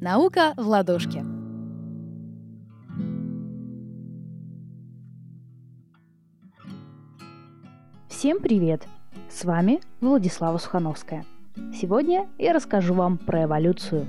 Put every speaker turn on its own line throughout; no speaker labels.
Наука в ладошке. Всем привет! С вами Владислава Сухановская. Сегодня я расскажу вам про эволюцию.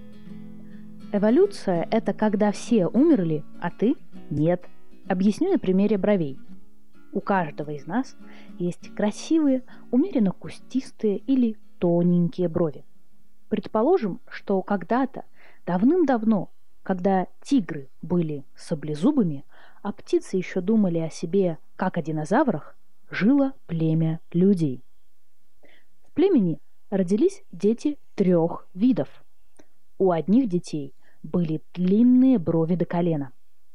Эволюция – это когда все умерли, а ты – нет. Объясню на примере бровей. У каждого из нас есть красивые, умеренно кустистые или тоненькие брови. Предположим, что когда-то, давным-давно, когда тигры были саблезубыми, а птицы еще думали о себе как о динозаврах, жило племя людей. В племени родились дети 3 видов. У одних детей были длинные брови до колена.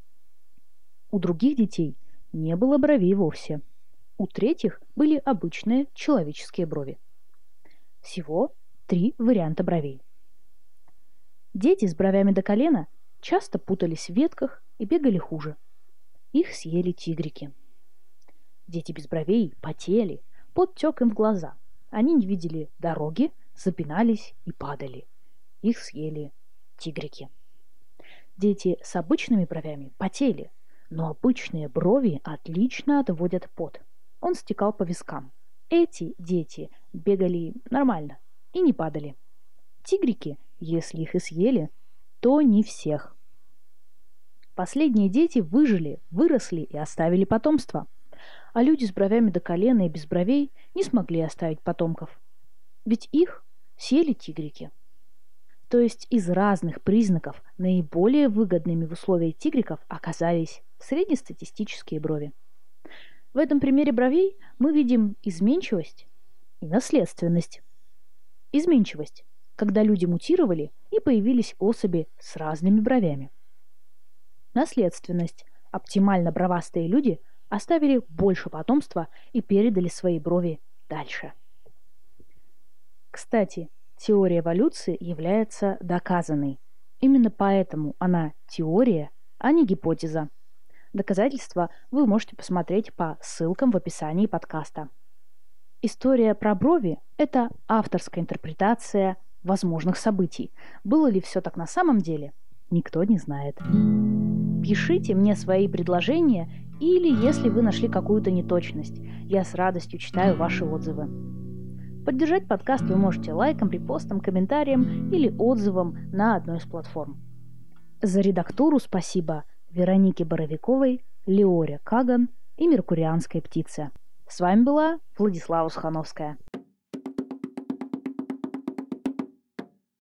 У других детей не было бровей вовсе. У третьих были обычные человеческие брови. Всего 3 варианта бровей. Дети с бровями до колена часто путались в ветках и бегали хуже. Их съели тигрики. Дети без бровей потели, пот тек им в глаза. Они не видели дороги, запинались и падали. Их съели тигрики. Дети с обычными бровями потели, но обычные брови отлично отводят пот. Он стекал по вискам. Эти дети бегали нормально и не падали. Тигрики, если их и съели, то не всех. Последние дети выжили, выросли и оставили потомство. А люди с бровями до колена и без бровей не смогли оставить потомков. Ведь их съели тигрики. То есть из разных признаков наиболее выгодными в условиях тигриков оказались среднестатистические брови. В этом примере бровей мы видим изменчивость и наследственность. Изменчивость, когда люди мутировали и появились особи с разными бровями. Наследственность. Оптимально бровастые люди оставили больше потомства и передали свои брови дальше. Кстати, теория эволюции является доказанной. Именно поэтому она теория, а не гипотеза. Доказательства вы можете посмотреть по ссылкам в описании подкаста. История про брови – это авторская интерпретация возможных событий. Было ли все так на самом деле? Никто не знает. Пишите мне свои предложения или если вы нашли какую-то неточность. Я с радостью читаю ваши отзывы. Поддержать подкаст вы можете лайком, репостом, комментарием или отзывом на одной из платформ. За редактуру спасибо Веронике Боровиковой, Леоре Каган и Меркурианской птице. С вами была Владислава Сухановская.